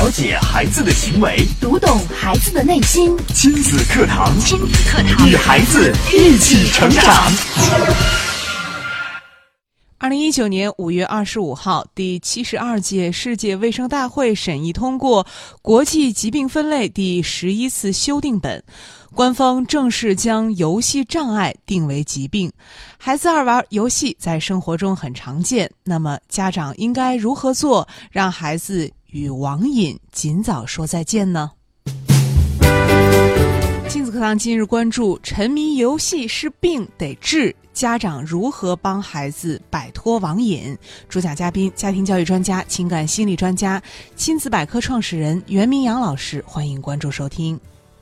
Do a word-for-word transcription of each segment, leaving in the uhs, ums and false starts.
了解孩子的行为， 读懂孩子的内心。 亲子课堂， 亲子课堂， 与孩子一起成长。 二零一九年五月二十五号，第七十二届世界卫生大会审议通过国际疾病分类第十一次修订本，官方正式将游戏障碍定为疾病。孩子爱玩游戏在生活中很常见，那么家长应该如何做，让孩子与网瘾尽早说再见呢？亲子课堂今日关注：沉迷游戏是病得治，家长如何帮孩子摆脱网瘾？主讲嘉宾：家庭教育专家、情感心理专家、亲子百科创始人袁明阳老师。欢迎关注收听。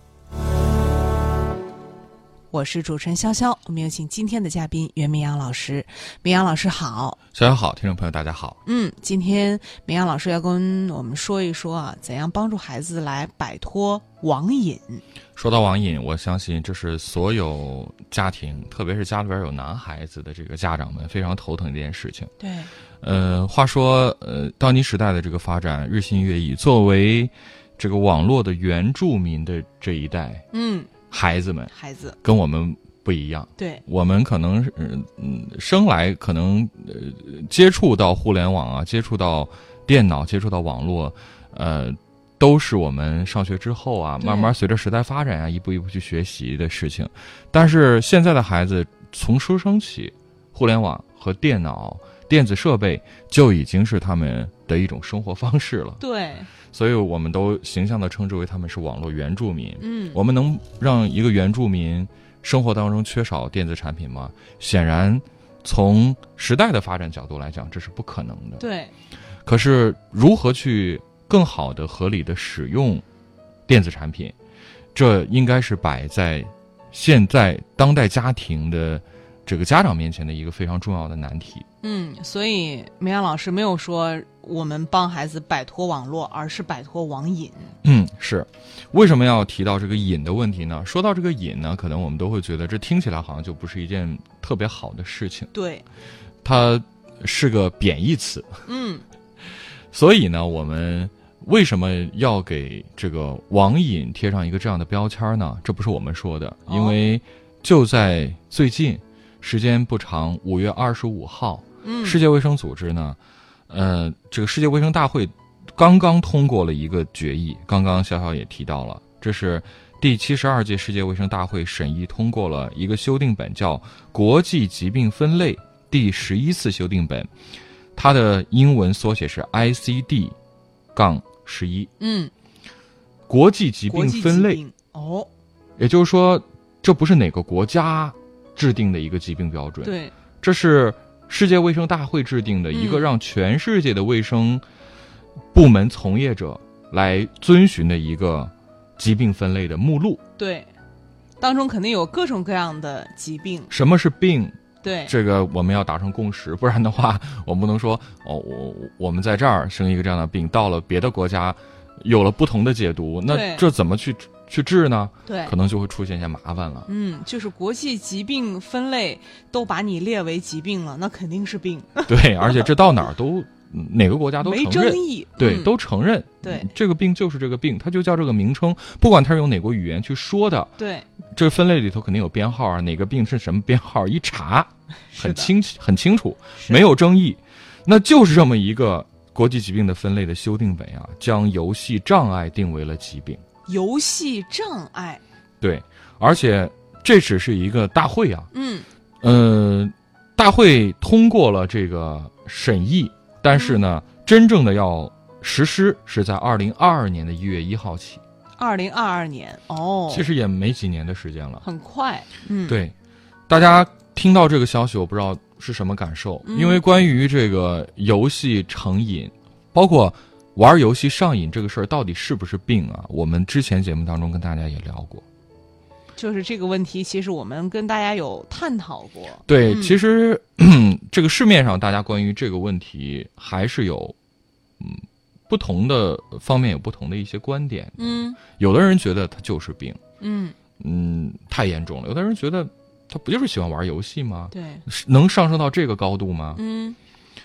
我是主持人潇潇，我们有请今天的嘉宾袁明阳老师。明阳老师好。 小小好，听众朋友大家好。 嗯，今天明阳老师要跟我们说一说啊，怎样帮助孩子来摆脱网瘾。 说到网瘾，我相信这是所有家庭，特别是家里边有男孩子的这个家长们非常头疼的一件事情。 对， 呃，话说，呃，当今时代的这个发展日新月异，作为这个网络的原住民的这一代， 嗯， 孩子们， 孩子跟我们不一样。 对， 我们可能是嗯生来可能呃接触到互联网啊，接触到电脑，接触到网络，呃。都是我们上学之后啊，慢慢随着时代发展啊，一步一步去学习的事情。但是现在的孩子从出生起，互联网和电脑、电子设备就已经是他们的一种生活方式了。 对， 所以我们都形象地称之为他们是网络原住民。 嗯， 我们能让一个原住民生活当中缺少电子产品吗？显然，从时代的发展角度来讲，这是不可能的。 对。 可是如何去更好的、合理的使用电子产品，这应该是摆在现在当代家庭的这个家长面前的一个非常重要的难题。 嗯，所以明阳老师没有说我们帮孩子摆脱网络，而是摆脱网瘾。 嗯，是。为什么要提到这个瘾的问题呢？说到这个瘾呢，可能我们都会觉得这听起来好像就不是一件特别好的事情。 对， 它是个贬义词。 嗯， 所以呢，我们为什么要给这个网瘾贴上一个这样的标签呢？这不是我们说的，因为就在最近，时间不长，五月二十五号， 嗯， 世界卫生组织呢，呃，这个世界卫生大会刚刚通过了一个决议，刚刚小小也提到了，这是第七十二届世界卫生大会审议通过了一个修订本，叫《国际疾病分类第十一次修订本》，它的英文缩写是 I C D 杠十一， 嗯， 国际疾病分类。 哦， 也就是说，这不是哪个国家制定的一个疾病标准， 对， 这是世界卫生大会制定的一个让全世界的卫生部门从业者来遵循的一个疾病分类的目录。 对，当中肯定有各种各样的疾病。 什么是病？ 对， 这个我们要达成共识，不然的话，我们不能说哦，我我们在这儿生一个这样的病，到了别的国家有了不同的解读，那这怎么去去治呢？对，可能就会出现一些麻烦了。 嗯，就是国际疾病分类都把你列为疾病了，那肯定是病。 对，而且这到哪儿都哪个国家都承认， 没争议， 对， 嗯、 都承认。 对， 这个病就是这个病，它就叫这个名称，不管它是用哪国语言去说的。 对， 这个分类里头肯定有编号啊，哪个病是什么编号，一查很清很清楚，没有争议。那就是这么一个国际疾病的分类的修订本啊，将游戏障碍定为了疾病。 游戏障碍， 对，而且这只是一个大会啊， 嗯， 呃，大会通过了这个审议，但是呢，嗯、真正的要实施是在二零二二年的一月一号起。 二零二二年哦， 其实也没几年的时间了， 很快。嗯， 对，大家听到这个消息，我不知道是什么感受， 嗯、 因为关于这个游戏成瘾，包括玩游戏上瘾这个事儿到底是不是病啊？我们之前节目当中跟大家也聊过， 就是这个问题，其实我们跟大家有探讨过。 对， 嗯、 其实这个市面上大家关于这个问题还是有，嗯，不同的方面有不同的一些观点。 嗯， 有的人觉得它就是病， 嗯嗯，太严重了；有的人觉得他不就是喜欢玩游戏吗？ 对， 能上升到这个高度吗？ 嗯。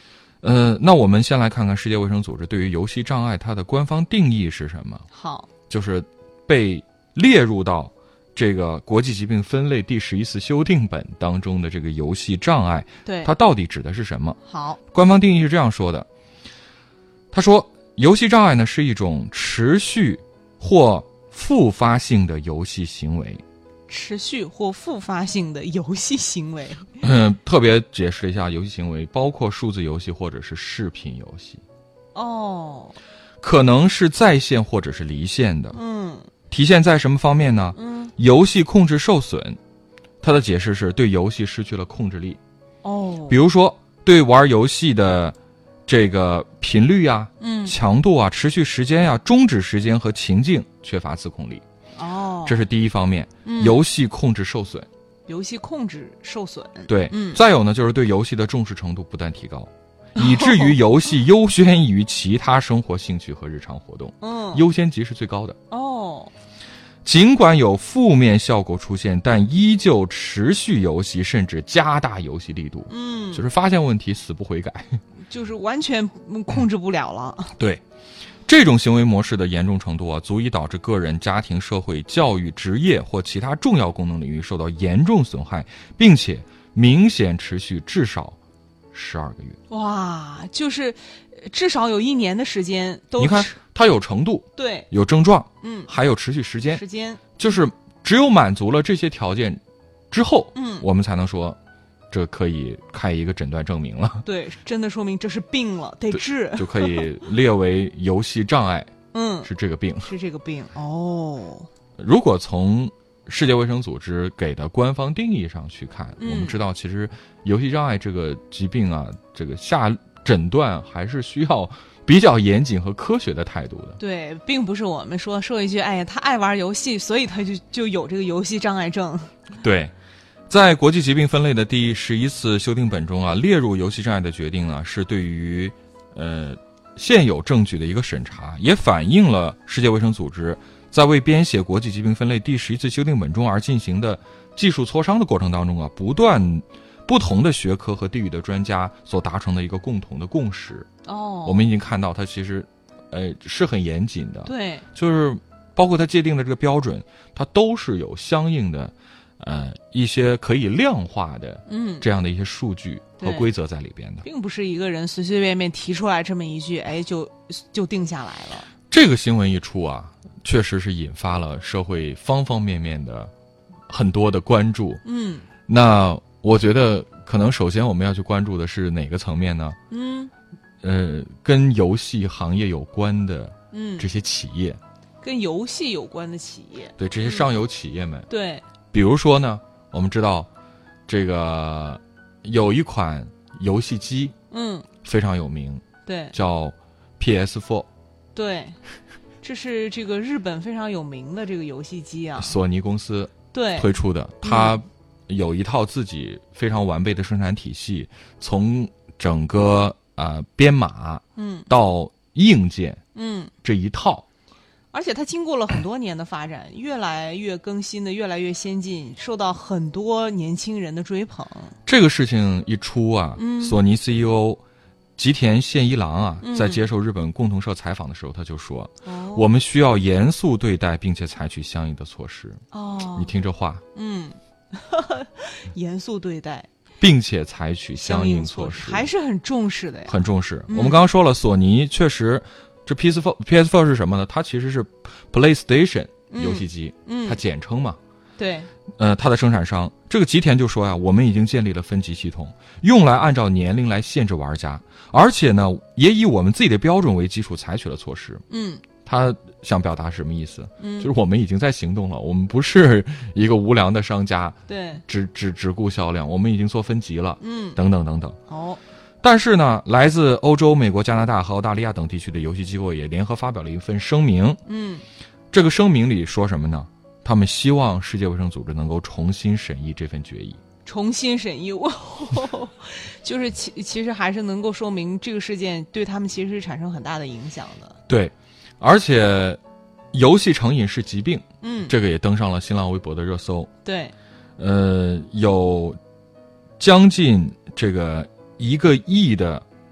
呃，那我们先来看看世界卫生组织对于游戏障碍它的官方定义是什么？ 好， 就是被列入到这个国际疾病分类第十一次修订本当中的这个游戏障碍， 对， 它到底指的是什么？ 好， 官方定义是这样说的，他说，游戏障碍呢是一种持续或复发性的游戏行为。 持续或复发性的游戏行为。 嗯，特别解释了一下，游戏行为包括数字游戏或者是视频游戏。 哦， 可能是在线或者是离线的。 嗯， 体现在什么方面呢？ 嗯， 游戏控制受损，它的解释是对游戏失去了控制力。 哦， 比如说对玩游戏的这个频率啊、 嗯， 强度啊、持续时间啊、终止时间和情境缺乏自控力。 哦， 这是第一方面， 嗯， 游戏控制受损。 游戏控制受损。 对， 嗯， 再有呢，就是对游戏的重视程度不断提高，以至于游戏优先于其他生活兴趣和日常活动。 嗯， 优先级是最高的。 哦， 尽管有负面效果出现，但依旧持续游戏，甚至加大游戏力度。 嗯， 就是发现问题死不悔改， 就是完全控制不了了。 对，这种行为模式的严重程度啊，足以导致个人、家庭、社会、教育、职业或其他重要功能领域受到严重损害，并且明显持续至少十二个月。 哇，就是至少有一年的时间都。 你看，它有程度， 对， 有症状， 嗯， 还有持续时间。 时间就是只有满足了这些条件之后， 嗯， 我们才能说，这可以开一个诊断证明了。 对，真的说明这是病了，得治， 就可以列为游戏障碍。 嗯， 是这个病， 是这个病。哦， 如果从世界卫生组织给的官方定义上去看， 嗯， 我们知道其实游戏障碍这个疾病啊，这个下诊断还是需要比较严谨和科学的态度的。 对，并不是我们说说一句，哎呀，他爱玩游戏，所以他就就有这个游戏障碍症。 对，在国际疾病分类的第十一次修订本中啊，列入游戏障碍的决定啊，是对于呃现有证据的一个审查，也反映了世界卫生组织在为编写国际疾病分类第十一次修订本中而进行的技术磋商的过程当中啊，不断不同的学科和地域的专家所达成的一个共同的共识。 哦， 我们已经看到它其实呃是很严谨的。 对， 就是包括它界定的这个标准，它都是有相应的呃一些可以量化的嗯这样的一些数据和规则在里边的， 并不是一个人随随便便提出来这么一句，哎，就就定下来了。 这个新闻一出啊，确实是引发了社会方方面面的很多的关注。 嗯， 那我觉得可能首先我们要去关注的是哪个层面呢？ 嗯， 呃，跟游戏行业有关的嗯这些企业， 跟游戏有关的企业， 对这些上游企业们， 嗯、对， 比如说呢，我们知道这个有一款游戏机， 嗯， 非常有名， 对， 叫 P S 四， 对，这是这个日本非常有名的这个游戏机啊， 索尼公司对推出的，它有一套自己非常完备的生产体系，从整个呃编码， 嗯， 到硬件， 嗯， 这一套。 而且它经过了很多年的发展，越来越更新的，越来越先进，受到很多年轻人的追捧。 这个事情一出啊， 嗯、 索尼 C E O 吉田宪一郎啊， 嗯、 在接受日本共同社采访的时候，他就说：“ 哦、 我们需要严肃对待，并且采取相应的措施。” 哦， 你听这话， 嗯，严肃对待， 并且采取相应措施， 还是很重视的呀， 很重视。 嗯、 我们刚刚说了，索尼确实。这 P S 四 P S 四 是什么呢？它其实是 PlayStation 游戏机， 嗯， 它简称嘛。 对， 呃，它的生产商这个吉田就说呀，我们已经建立了分级系统，用来按照年龄来限制玩家，而且呢，也以我们自己的标准为基础采取了措施。 嗯， 他想表达什么意思？ 嗯， 就是我们已经在行动了，我们不是一个无良的商家， 对， 只只只顾销量，我们已经做分级了。 嗯， 等等等等。 哦。 但是呢，来自欧洲、美国、加拿大和澳大利亚等地区的游戏机构也联合发表了一份声明。 嗯， 这个声明里说什么呢？他们希望世界卫生组织能够重新审议这份决议。 重新审议，哇，就是其其实还是能够说明这个事件对他们其实是产生很大的影响的。 对，而且游戏成瘾是疾病， 嗯， 这个也登上了新浪微博的热搜。 对， 呃，有将近这个一个亿的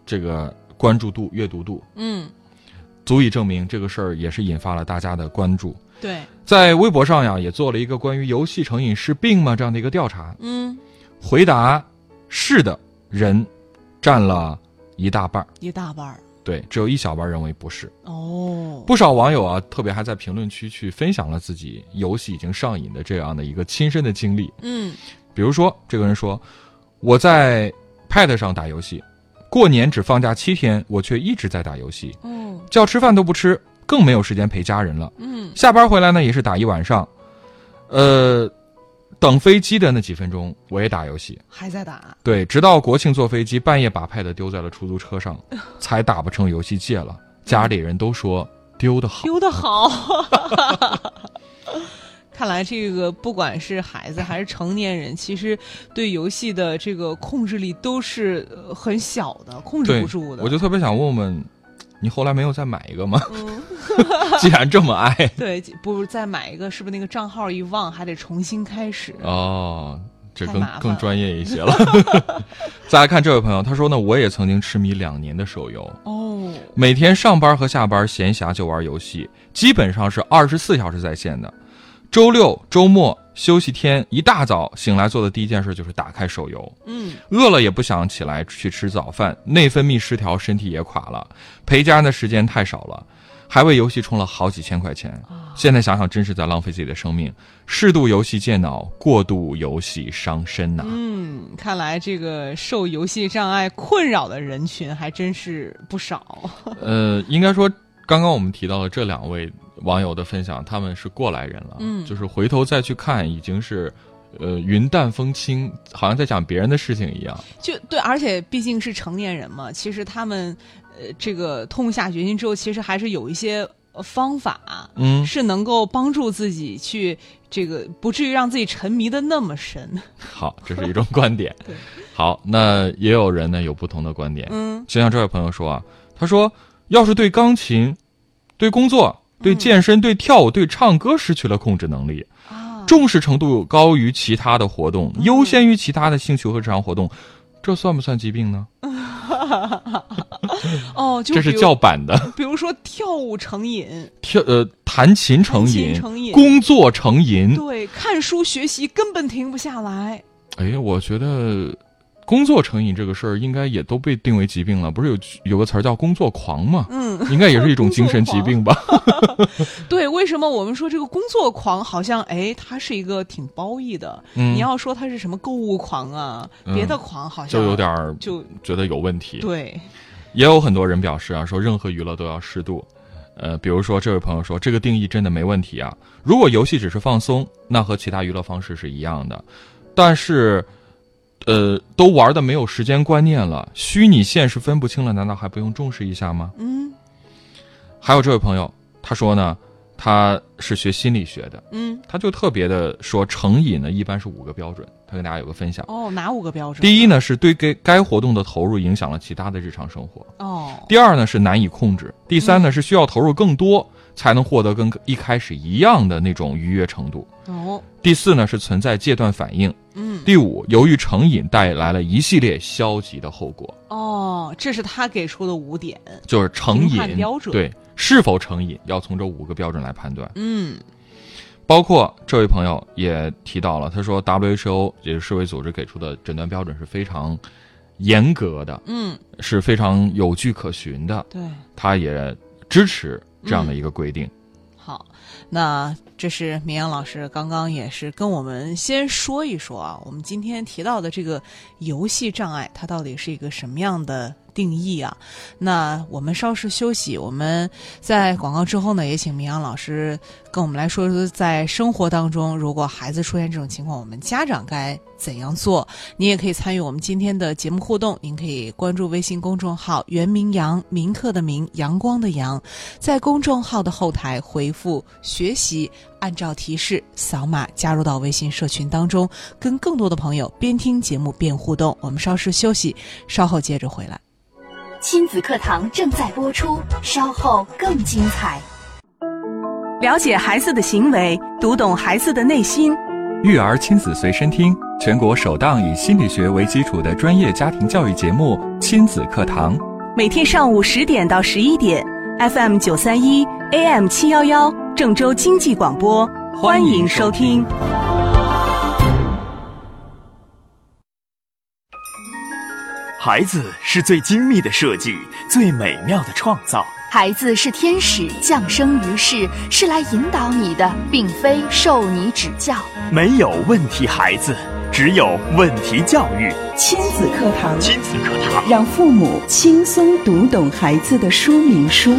这个关注度、阅读度， 嗯， 足以证明这个事儿也是引发了大家的关注。 对， 在微博上呀，也做了一个关于游戏成瘾是病吗这样的一个调查。 嗯， 回答是的人占了一大半， 一大半， 对，只有一小半认为不是。 哦， 不少网友啊，特别还在评论区去分享了自己游戏已经上瘾的这样的一个亲身的经历。 嗯， 比如说，这个人说，我在 Pad 上打游戏，过年只放假七天，我却一直在打游戏。 哦， 叫吃饭都不吃，更没有时间陪家人了。 嗯， 下班回来呢，也是打一晚上。呃，等飞机的那几分钟，我也打游戏， 还在打。 对，直到国庆坐飞机，半夜把 Pad 丢在了出租车上，才打不成游戏戒了。家里人都说丢得好， 丢得好。看来这个不管是孩子还是成年人，其实对游戏的这个控制力都是很小的，控制不住的。 我就特别想问问，你后来没有再买一个吗？ 嗯， 既然这么爱， 对，不如再买一个，是不是那个账号一忘还得重新开始？ 哦，这更太麻烦了更专业一些了。再来看这位朋友，他说呢，我也曾经痴迷两年的手游， 哦， 每天上班和下班闲暇就玩游戏，基本上是二十四小时在线的。周六、周末、休息天，一大早醒来做的第一件事就是打开手游。 嗯， 饿了也不想起来去吃早饭，内分泌失调，身体也垮了，陪家人的时间太少了，还为游戏充了好几千块钱。现在想想，真是在浪费自己的生命。适度游戏健脑，过度游戏伤身呐、啊。 嗯，看来这个受游戏障碍困扰的人群还真是不少。 呃，应该说，刚刚我们提到的这两位网友的分享，他们是过来人了， 嗯， 就是回头再去看，已经是，呃，云淡风轻，好像在讲别人的事情一样。 就对，而且毕竟是成年人嘛，其实他们，呃，这个痛下决心之后，其实还是有一些方法， 嗯， 是能够帮助自己去这个不至于让自己沉迷的那么深。 好，这是一种观点。 对， 好，那也有人呢有不同的观点。 嗯， 就像这位朋友说啊，他说，要是对钢琴、对工作、对健身、对跳舞、对唱歌失去了控制能力， 啊， 重视程度高于其他的活动，优先于其他的兴趣和日常活动，这算不算疾病呢？ 哦，就这是叫板的。 比如说跳舞成瘾， 跳呃弹琴成弹瘾， 琴成瘾工作成瘾。 对，看书学习根本停不下来。 哎，我觉得工作成瘾这个事儿应该也都被定为疾病了，不是有有个词儿叫工作狂吗？ 嗯， 应该也是一种精神疾病吧。 对，为什么我们说这个工作狂好像哎，它是一个挺褒义的？ 嗯， 你要说它是什么购物狂啊， 嗯、 别的狂好像就有点儿就觉得有问题。 对， 也有很多人表示啊，说任何娱乐都要适度。呃，比如说这位朋友说，这个定义真的没问题啊。如果游戏只是放松，那和其他娱乐方式是一样的。但是，呃，都玩的没有时间观念了，虚拟现实分不清了，难道还不用重视一下吗？ 嗯。 还有这位朋友，他说呢，他是学心理学的， 嗯， 他就特别的说，成瘾呢一般是五个标准，他跟大家有个分享。 哦，哪五个标准？ 第一呢，是对该该活动的投入影响了其他的日常生活。 哦。 第二呢，是难以控制。第三呢，嗯、是需要投入更多才能获得跟一开始一样的那种愉悦程度。 哦。 第四呢，是存在戒断反应。 嗯。 第五，由于成瘾带来了一系列消极的后果。 哦，这是他给出的五点， 就是成瘾标准。 对，是否成瘾要从这五个标准来判断。 嗯。 包括这位朋友也提到了，他说 W H O 也是世卫组织给出的诊断标准是非常严格的， 嗯， 是非常有据可循的。 对， 他也支持这样的一个规定。 嗯、好，那这是明阳老师刚刚也是跟我们先说一说啊，我们今天提到的这个游戏障碍，它到底是一个什么样的定义啊？那我们稍事休息，我们在广告之后呢，也请明阳老师跟我们来说说，在生活当中，如果孩子出现这种情况，我们家长该怎样做？您也可以参与我们今天的节目互动，您可以关注微信公众号袁明阳，明课的明，阳光的阳，在公众号的后台回复学习，按照提示扫码加入到微信社群当中，跟更多的朋友边听节目边互动。我们稍事休息，稍后接着回来。 亲子课堂正在播出，稍后更精彩。 了解孩子的行为，读懂孩子的内心。 育儿亲子随身听，全国首档以心理学为基础的专业家庭教育节目《亲子课堂》， 每天上午十点到十一点 ，F M 九三一 A M 七幺幺，郑州经济广播，欢迎收听。 孩子是最精密的设计，最美妙的创造。 孩子是天使降生于世，是来引导你的，并非受你指教。 没有问题孩子，只有问题教育。 亲子课堂， 亲子课堂， 让父母轻松读懂孩子的说明书。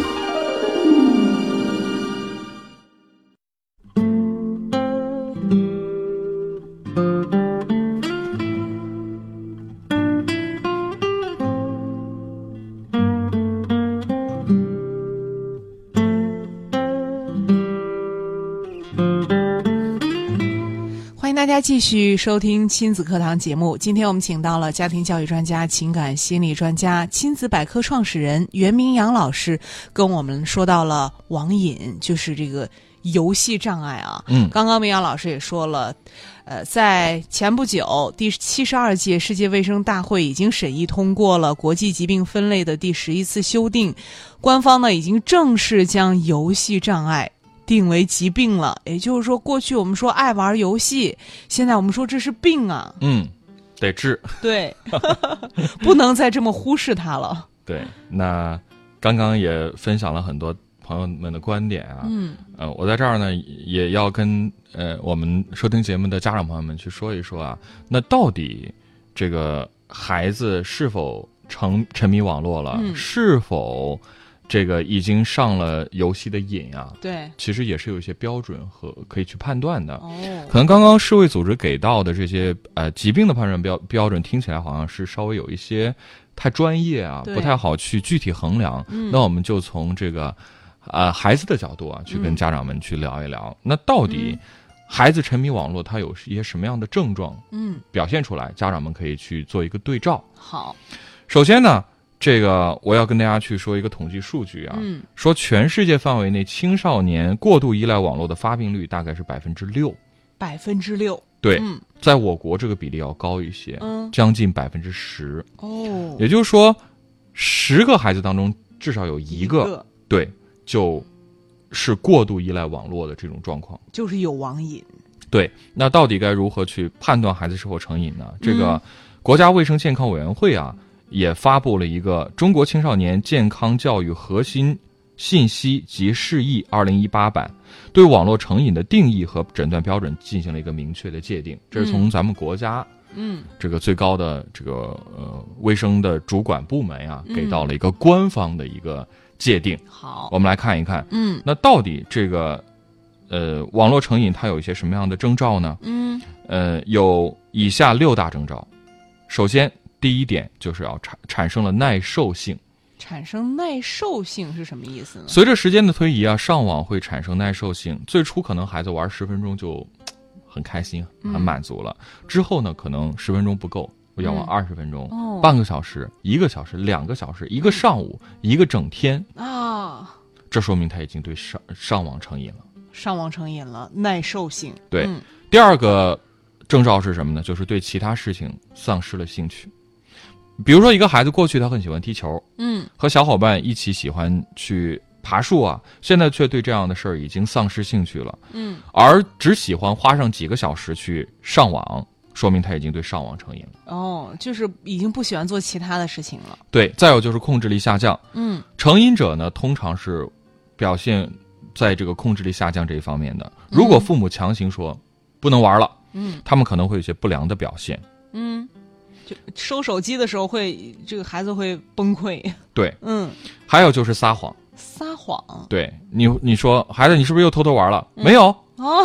大家继续收听亲子课堂节目。今天我们请到了家庭教育专家、情感心理专家、亲子百科创始人袁明阳老师，跟我们说到了网瘾，就是这个游戏障碍啊。 嗯， 刚刚明阳老师也说了，呃，在前不久，第七十二届世界卫生大会已经审议通过了国际疾病分类的第十一次修订，官方呢已经正式将游戏障碍定为疾病了。也就是说，过去我们说爱玩游戏，现在我们说这是病啊。 嗯，得治。 对，不能再这么忽视它了。 对，那刚刚也分享了很多朋友们的观点啊。 嗯， 呃，我在这儿呢也要跟呃我们收听节目的家长朋友们去说一说啊，那到底这个孩子是否沉沉迷网络了， 嗯、 是否这个已经上了游戏的瘾啊？ 对， 其实也是有一些标准和可以去判断的。 哦， 可能刚刚世卫组织给到的这些呃疾病的判断标标准，听起来好像是稍微有一些太专业啊，不太好去具体衡量。 嗯、 那我们就从这个呃孩子的角度啊，去跟家长们去聊一聊。嗯、那到底孩子沉迷网络，它有一些什么样的症状？嗯，表现出来，家长们可以去做一个对照。 好， 首先呢，这个我要跟大家去说一个统计数据啊， 嗯， 说全世界范围内青少年过度依赖网络的发病率大概是百分之六， 百分之六， 对， 嗯， 在我国这个比例要高一些， 嗯， 将近百分之十， 哦， 也就是说，十个孩子当中至少有一个， 一个对，就是过度依赖网络的这种状况， 就是有网瘾。 对，那到底该如何去判断孩子是否成瘾呢？这个嗯国家卫生健康委员会啊，也发布了一个《中国青少年健康教育核心信息及释义二零一八版》，对网络成瘾的定义和诊断标准进行了一个明确的界定。这是从咱们国家， 嗯， 这个最高的这个呃卫生的主管部门啊，给到了一个官方的一个界定。 好， 我们来看一看， 嗯， 那到底这个呃网络成瘾它有一些什么样的征兆呢？ 嗯， 呃，有以下六大征兆。首先，第一点就是要产产生了耐受性。 产生耐受性是什么意思呢？ 随着时间的推移啊，上网会产生耐受性。最初可能孩子玩十分钟就很开心、很满足了，嗯、之后呢，可能十分钟不够，要玩二十分钟、嗯哦、半个小时、一个小时、两个小时、一个上午、嗯、一个整天啊， 这说明他已经对上上网成瘾了。 上网成瘾了，耐受性。 对， 嗯、 第二个征兆是什么呢？就是对其他事情丧失了兴趣。比如说，一个孩子过去他很喜欢踢球， 嗯， 和小伙伴一起喜欢去爬树啊，现在却对这样的事儿已经丧失兴趣了， 嗯， 而只喜欢花上几个小时去上网，说明他已经对上网成瘾了。 哦，就是已经不喜欢做其他的事情了。 对，再有就是控制力下降， 嗯， 成瘾者呢，通常是表现在这个控制力下降这一方面的。如果父母强行说、嗯、不能玩了，嗯，他们可能会有些不良的表现， 嗯。就收手机的时候会，这个孩子会崩溃。 对， 嗯， 还有就是撒谎。 撒谎。 对你，你说孩子，你是不是又偷偷玩了？嗯、没有。 哦。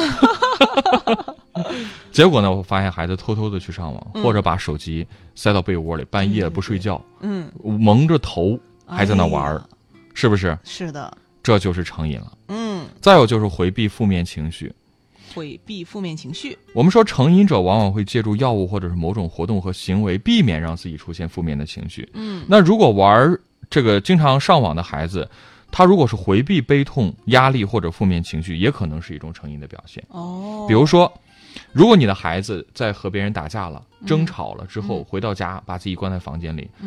结果呢，我发现孩子偷偷的去上网， 嗯、 或者把手机塞到被窝里，半夜不睡觉， 嗯， 蒙着头还在那玩，哎、是不是？ 是的， 这就是成瘾了。 嗯。 再有就是回避负面情绪。 回避负面情绪。 我们说成瘾者往往会借助药物或者是某种活动和行为，避免让自己出现负面的情绪。 嗯， 那如果玩这个经常上网的孩子，他如果是回避悲痛、压力或者负面情绪，也可能是一种成瘾的表现。 哦， 比如说，如果你的孩子在和别人打架了、争吵了之后， 嗯、 回到家把自己关在房间里， 嗯，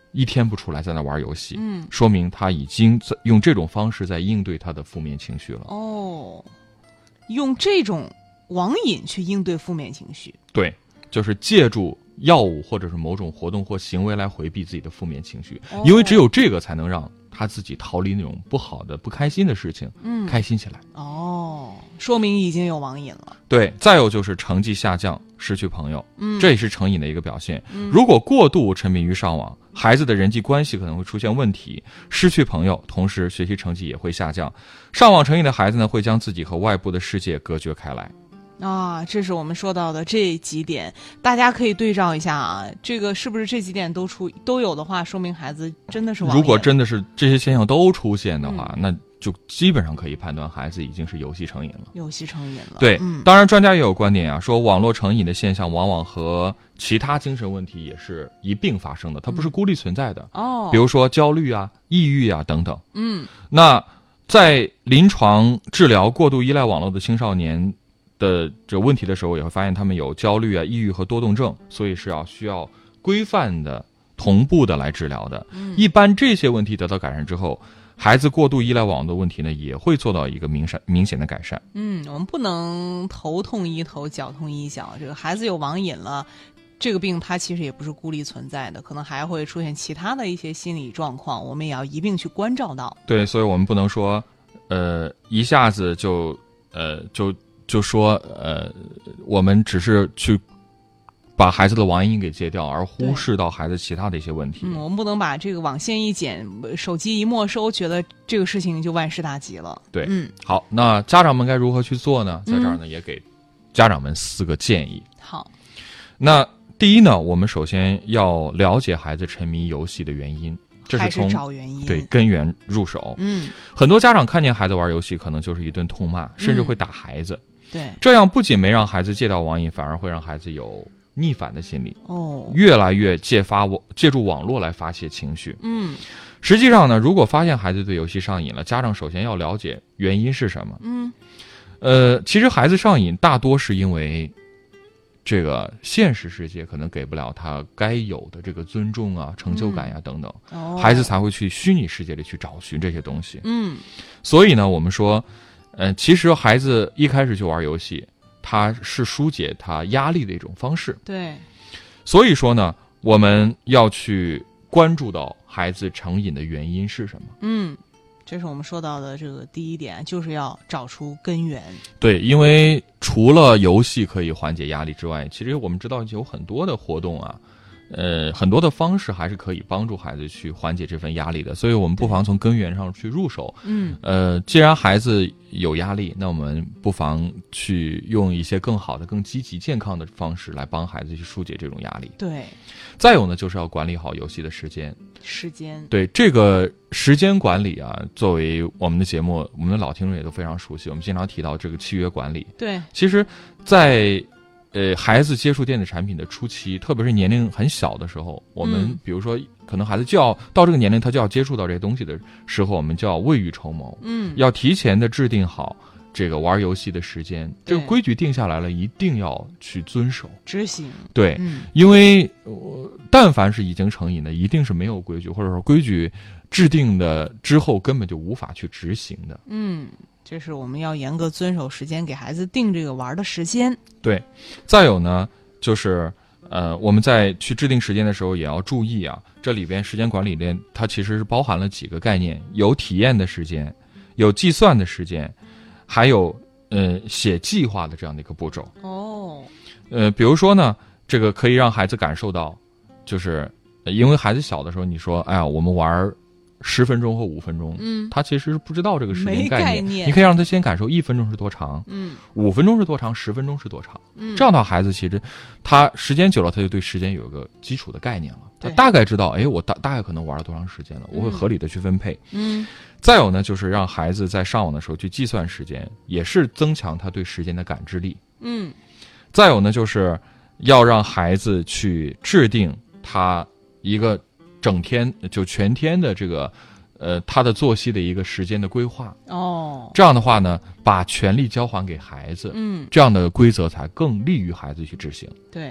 一天不出来在那玩游戏， 嗯， 说明他已经在用这种方式在应对他的负面情绪了。 哦，用这种网瘾去应对负面情绪， 对，就是借助药物或者是某种活动或行为来回避自己的负面情绪， 哦、 因为只有这个才能让他自己逃离那种不好的、不开心的事情， 嗯， 开心起来。 哦，说明已经有网瘾了。 对，再有就是成绩下降，失去朋友， 嗯， 这也是成瘾的一个表现。 嗯、 如果过度沉迷于上网，孩子的人际关系可能会出现问题，失去朋友，同时学习成绩也会下降。上网成瘾的孩子呢，会将自己和外部的世界隔绝开来。 啊，这是我们说到的这几点，大家可以对照一下啊，这个是不是这几点都出都有的话，说明孩子真的是网瘾。 如果真的是这些现象都出现的话，嗯、那就基本上可以判断孩子已经是游戏成瘾了。 游戏成瘾了。 对， 嗯， 当然专家也有观点啊，说网络成瘾的现象往往和其他精神问题也是一并发生的，它不是孤立存在的。 哦、 嗯，比如说焦虑啊、抑郁啊等等。 嗯， 那在临床治疗过度依赖网络的青少年的这问题的时候，也会发现他们有焦虑啊、抑郁和多动症，所以是要需要规范的、同步的来治疗的。 嗯， 一般这些问题得到改善之后，孩子过度依赖网络的问题呢，也会做到一个明显明显的改善。 嗯，我们不能头痛医头，脚痛医脚。这个孩子有网瘾了，这个病它其实也不是孤立存在的，可能还会出现其他的一些心理状况，我们也要一并去关照到。 对，所以我们不能说，呃，一下子就呃就。就说呃，我们只是去把孩子的网瘾给戒掉，而忽视到孩子其他的一些问题。 嗯，我们不能把这个网线一剪，手机一没收，觉得这个事情就万事大吉了。 对， 嗯， 好，那家长们该如何去做呢？在这儿呢， 嗯、 也给家长们四个建议。 好， 那第一呢，我们首先要了解孩子沉迷游戏的原因。这是从找原因对根源入手。 嗯， 很多家长看见孩子玩游戏，可能就是一顿痛骂，甚至会打孩子。 嗯、对， 这样不仅没让孩子戒掉网瘾，反而会让孩子有逆反的心理。 哦， 越来越借发借助网络来发泄情绪。 嗯， 实际上呢，如果发现孩子对游戏上瘾了，家长首先要了解原因是什么。 嗯， 呃，其实孩子上瘾大多是因为这个现实世界可能给不了他该有的这个尊重啊、成就感呀、啊、等等、 哦， 孩子才会去虚拟世界里去找寻这些东西。 嗯， 所以呢，我们说，呃，其实孩子一开始就玩游戏，他是疏解他压力的一种方式。 对， 所以说呢，我们要去关注到孩子成瘾的原因是什么。 嗯。这是我们说到的这个第一点，就是要找出根源。 对，因为除了游戏可以缓解压力之外，其实我们知道有很多的活动啊，呃，很多的方式还是可以帮助孩子去缓解这份压力的。所以我们不妨从根源上去入手。 嗯， 呃，既然孩子有压力，那我们不妨去用一些更好的、更积极、健康的方式来帮孩子去疏解这种压力。 对。 再有呢，就是要管理好游戏的时间。 时间。对， 这个时间管理啊，作为我们的节目，我们的老听众也都非常熟悉。我们经常提到这个契约管理。 对， 其实，在呃孩子接触电子产品的初期，特别是年龄很小的时候，我们、嗯、比如说，可能孩子就要到这个年龄，他就要接触到这些东西的时候，我们就要未雨绸缪。 嗯，要提前的制定好这个玩游戏的时间，这个规矩定下来了，一定要去遵守执行。 对， 嗯、 因为、呃、但凡是已经成瘾的，一定是没有规矩，或者说规矩制定的之后根本就无法去执行的。 嗯，这是我们要严格遵守时间，给孩子定这个玩的时间。 对，再有呢，就是呃，我们在去制定时间的时候也要注意啊，这里边时间管理链它其实是包含了几个概念，有体验的时间，有计算的时间。还有呃写计划的这样的一个步骤哦， 呃，比如说呢，这个可以让孩子感受到，就是因为孩子小的时候，你说，哎呀，我们玩十分钟或五分钟， 嗯， 他其实是不知道这个时间概念， 概念你可以让他先感受一分钟是多长， 嗯， 五分钟是多长，十分钟是多长， 嗯， 这样的话，孩子其实他时间久了，他就对时间有一个基础的概念了，他大概知道，哎，我大大概可能玩了多长时间了，我会合理的去分配， 嗯。 再有呢，就是让孩子在上网的时候去计算时间，也是增强他对时间的感知力。 嗯。 再有呢，就是要让孩子去制定他一个整天就全天的这个呃他的作息的一个时间的规划。 哦。 这样的话呢，把权力交还给孩子， 嗯， 这样的规则才更利于孩子去执行。 对。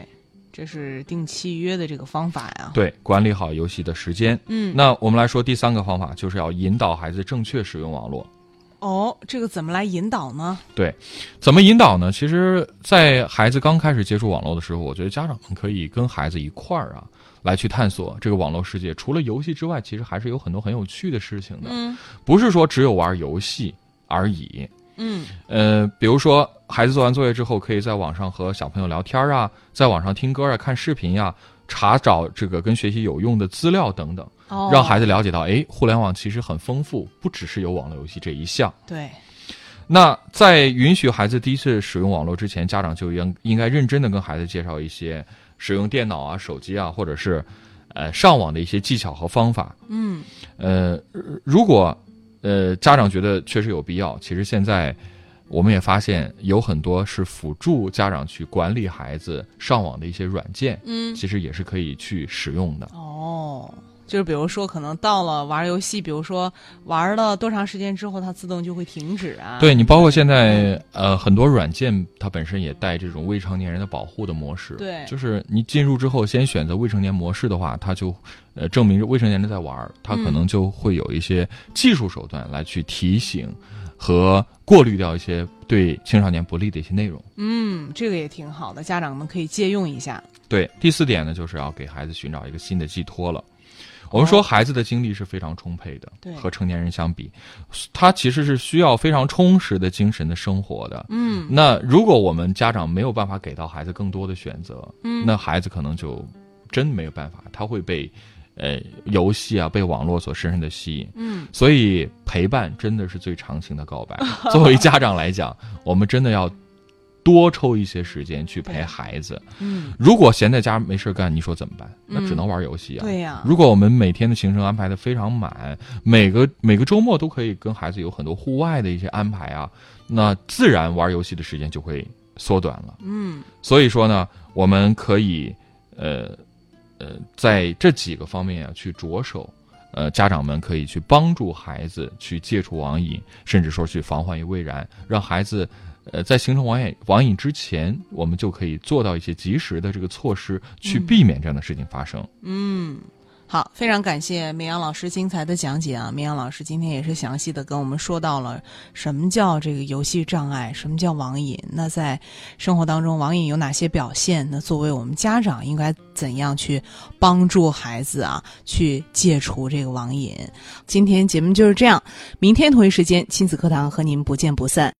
这是定契约的这个方法呀。 对，管理好游戏的时间。 嗯， 那我们来说第三个方法，就是要引导孩子正确使用网络。 哦，这个怎么来引导呢？ 对，怎么引导呢？其实，在孩子刚开始接触网络的时候，我觉得家长们可以跟孩子一块儿啊，来去探索这个网络世界。除了游戏之外，其实还是有很多很有趣的事情的。 嗯， 不是说只有玩游戏而已。 嗯， 呃，比如说孩子做完作业之后，可以在网上和小朋友聊天啊，在网上听歌啊、看视频呀、啊，查找这个跟学习有用的资料等等。 哦， 让孩子了解到，哎，互联网其实很丰富，不只是有网络游戏这一项。 对。 那在允许孩子第一次使用网络之前，家长就应应该认真的跟孩子介绍一些使用电脑啊、手机啊，或者是呃上网的一些技巧和方法。 嗯。 呃，如果呃家长觉得确实有必要，其实现在我们也发现有很多是辅助家长去管理孩子上网的一些软件， 嗯， 其实也是可以去使用的。 哦。就是比如说可能到了玩游戏，比如说玩了多长时间之后它自动就会停止啊。 对，你包括现在呃很多软件它本身也带这种未成年人的保护的模式。 对， 就是你进入之后先选择未成年模式的话，它就呃证明未成年人在玩，它可能就会有一些技术手段来去提醒和过滤掉一些对青少年不利的一些内容。 嗯，这个也挺好的，家长们可以借用一下。 对，第四点呢，就是要给孩子寻找一个新的寄托了。我们说孩子的精力是非常充沛的， 对， 和成年人相比，他其实是需要非常充实的精神的生活的。 嗯， 那如果我们家长没有办法给到孩子更多的选择， 嗯， 那孩子可能就真没有办法，他会被呃游戏啊、被网络所深深的吸引。 嗯， 所以陪伴真的是最长情的告白。作为家长来讲，我们真的要多抽一些时间去陪孩子。 嗯， 如果闲在家没事干，你说怎么办？那只能玩游戏啊。 嗯、对呀、啊。 如果我们每天的行程安排的非常满，每个每个周末都可以跟孩子有很多户外的一些安排啊，那自然玩游戏的时间就会缩短了。 嗯， 所以说呢，我们可以呃呃在这几个方面啊去着手。呃，家长们可以去帮助孩子去戒除网瘾，甚至说去防患于未然，让孩子呃在形成网瘾网瘾之前，我们就可以做到一些及时的这个措施，去避免这样的事情发生。 嗯，好，非常感谢明阳老师精彩的讲解啊！明阳老师今天也是详细的跟我们说到了什么叫这个游戏障碍，什么叫网瘾。那在生活当中，网瘾有哪些表现？那作为我们家长，应该怎样去帮助孩子啊，去戒除这个网瘾？今天节目就是这样，明天同一时间亲子课堂和您不见不散。